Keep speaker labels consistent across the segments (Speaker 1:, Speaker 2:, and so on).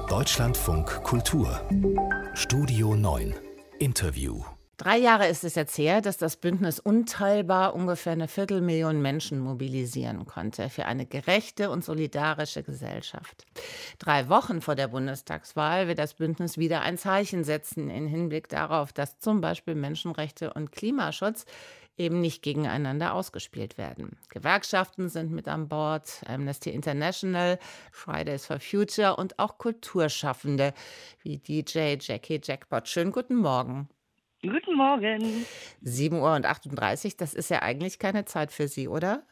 Speaker 1: Deutschlandfunk Kultur Studio 9 Interview.
Speaker 2: 3 Jahre ist es jetzt her, dass das Bündnis Unteilbar ungefähr 250.000 Menschen mobilisieren konnte für eine gerechte und solidarische Gesellschaft. 3 Wochen vor der Bundestagswahl wird das Bündnis wieder ein Zeichen setzen im Hinblick darauf, dass zum Beispiel Menschenrechte und Klimaschutz eben nicht gegeneinander ausgespielt werden. Gewerkschaften sind mit an Bord, Amnesty International, Fridays for Future und auch Kulturschaffende wie DJ Jackie Jackpot. Schönen guten Morgen.
Speaker 3: Guten Morgen.
Speaker 2: 7:38 Uhr, das ist ja eigentlich keine Zeit für Sie, oder?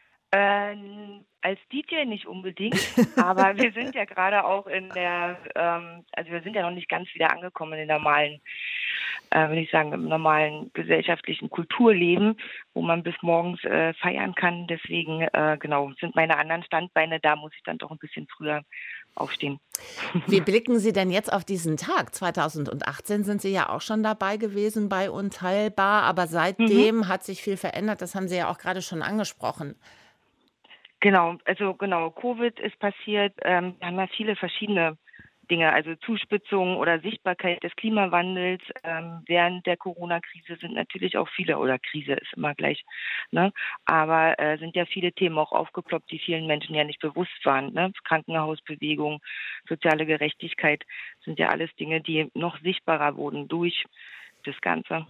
Speaker 3: Als DJ nicht unbedingt, aber wir sind ja gerade auch in der, also wir sind ja noch nicht ganz wieder angekommen in den normalen, würde ich sagen, im normalen gesellschaftlichen Kulturleben, wo man bis morgens feiern kann. Deswegen, genau, sind meine anderen Standbeine, da muss ich dann doch ein bisschen früher aufstehen.
Speaker 2: Wie blicken Sie denn jetzt auf diesen Tag? 2018 sind Sie ja auch schon dabei gewesen bei Unteilbar, aber seitdem hat sich viel verändert, das haben Sie ja auch gerade schon angesprochen.
Speaker 3: Genau, also genau, Covid ist passiert. Wir haben ja viele verschiedene Dinge, also Zuspitzung oder Sichtbarkeit des Klimawandels. Während der Corona-Krise sind natürlich auch viele, oder Krise ist immer gleich, ne? Aber sind ja viele Themen auch aufgeploppt, die vielen Menschen ja nicht bewusst waren. Ne? Krankenhausbewegung, soziale Gerechtigkeit sind ja alles Dinge, die noch sichtbarer wurden durch das Ganze.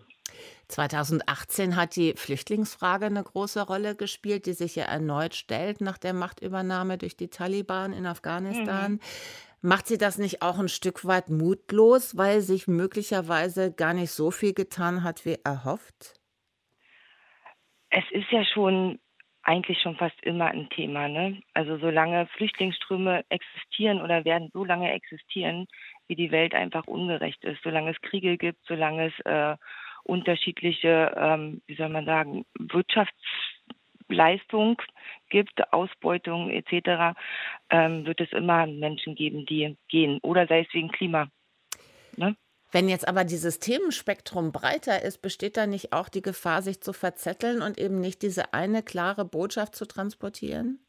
Speaker 2: 2018 hat die Flüchtlingsfrage eine große Rolle gespielt, die sich ja erneut stellt nach der Machtübernahme durch die Taliban in Afghanistan. Macht Sie das nicht auch ein Stück weit mutlos, weil sich möglicherweise gar nicht so viel getan hat wie erhofft?
Speaker 3: Es ist ja schon eigentlich schon fast immer ein Thema, ne? Also solange Flüchtlingsströme existieren oder werden so lange existieren, wie die Welt einfach ungerecht ist, solange es Kriege gibt, solange es unterschiedliche, wie soll man sagen, Wirtschaftsleistung gibt, Ausbeutung etc., wird es immer Menschen geben, die gehen. Oder sei es wegen Klima. Ne?
Speaker 2: Wenn jetzt aber dieses Themenspektrum breiter ist, besteht da nicht auch die Gefahr, sich zu verzetteln und eben nicht diese eine klare Botschaft zu transportieren?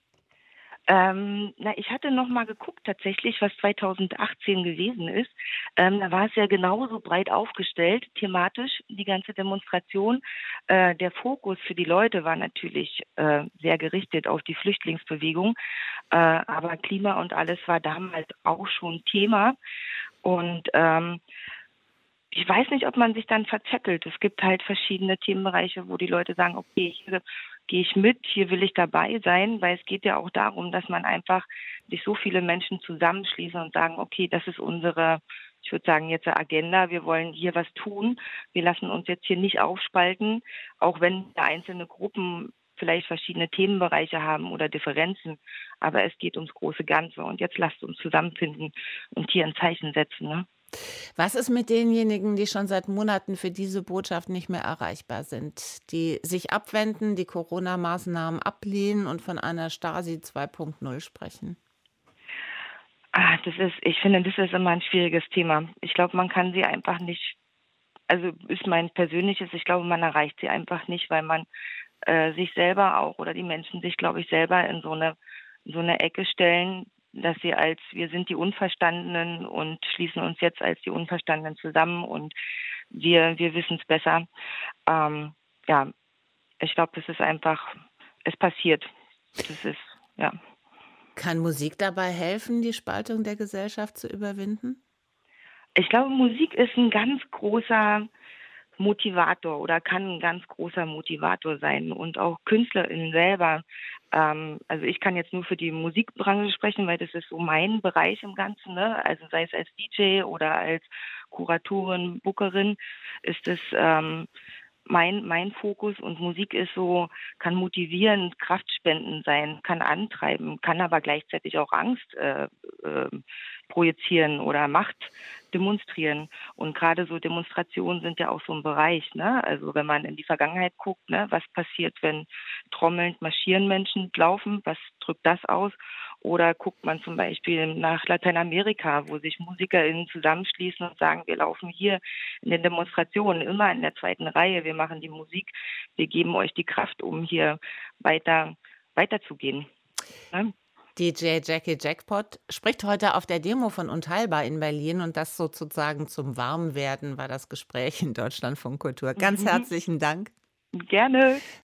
Speaker 3: Ich hatte noch mal geguckt tatsächlich, was 2018 gewesen ist. Da war es ja genauso breit aufgestellt, thematisch, die ganze Demonstration. Der Fokus für die Leute war natürlich sehr gerichtet auf die Flüchtlingsbewegung. Aber Klima und alles war damals auch schon Thema. Und ich weiß nicht, ob man sich dann verzettelt. Es gibt halt verschiedene Themenbereiche, wo die Leute sagen, okay, hier gehe ich mit, hier will ich dabei sein, weil es geht ja auch darum, dass man einfach sich so viele Menschen zusammenschließen und sagen, okay, das ist unsere, ich würde sagen, jetzt eine Agenda, wir wollen hier was tun, wir lassen uns jetzt hier nicht aufspalten, auch wenn einzelne Gruppen vielleicht verschiedene Themenbereiche haben oder Differenzen, aber es geht ums große Ganze und jetzt lasst uns zusammenfinden und hier ein Zeichen setzen, ne?
Speaker 2: Was ist mit denjenigen, die schon seit Monaten für diese Botschaft nicht mehr erreichbar sind, die sich abwenden, die Corona-Maßnahmen ablehnen und von einer Stasi 2.0 sprechen?
Speaker 3: Ich finde, das ist immer ein schwieriges Thema. Ich glaube, man kann sie einfach nicht, also ist mein persönliches, ich glaube, man erreicht sie einfach nicht, weil man sich selber auch oder die Menschen sich, glaube ich, selber in so eine Ecke stellen, dass sie als wir sind die Unverstandenen und schließen uns jetzt als die Unverstandenen zusammen und wir wissen es besser. Ja, ich glaube, das ist einfach, es passiert. Das ist, ja.
Speaker 2: Kann Musik dabei helfen, die Spaltung der Gesellschaft zu überwinden?
Speaker 3: Ich glaube, Musik ist ein ganz großer Motivator oder kann ein ganz großer Motivator sein und auch KünstlerInnen selber. Also ich kann jetzt nur für die Musikbranche sprechen, weil das ist so mein Bereich im Ganzen, ne? Also sei es als DJ oder als Kuratorin, Bookerin, ist es mein Fokus und Musik ist so, kann motivieren, Kraftspenden sein, kann antreiben, kann aber gleichzeitig auch Angst projizieren oder Macht demonstrieren. Und gerade so Demonstrationen sind ja auch so ein Bereich, ne? Also wenn man in die Vergangenheit guckt, ne, was passiert, wenn trommelnd marschieren Menschen laufen, was drückt das aus? Oder guckt man zum Beispiel nach Lateinamerika, wo sich MusikerInnen zusammenschließen und sagen, wir laufen hier in den Demonstrationen immer in der zweiten Reihe, wir machen die Musik, wir geben euch die Kraft, um hier weiterzugehen. Ne?
Speaker 2: DJ Jackie Jackpot spricht heute auf der Demo von Unteilbar in Berlin und das sozusagen zum Warmwerden war das Gespräch in Deutschlandfunk Kultur. Ganz herzlichen Dank.
Speaker 3: Gerne.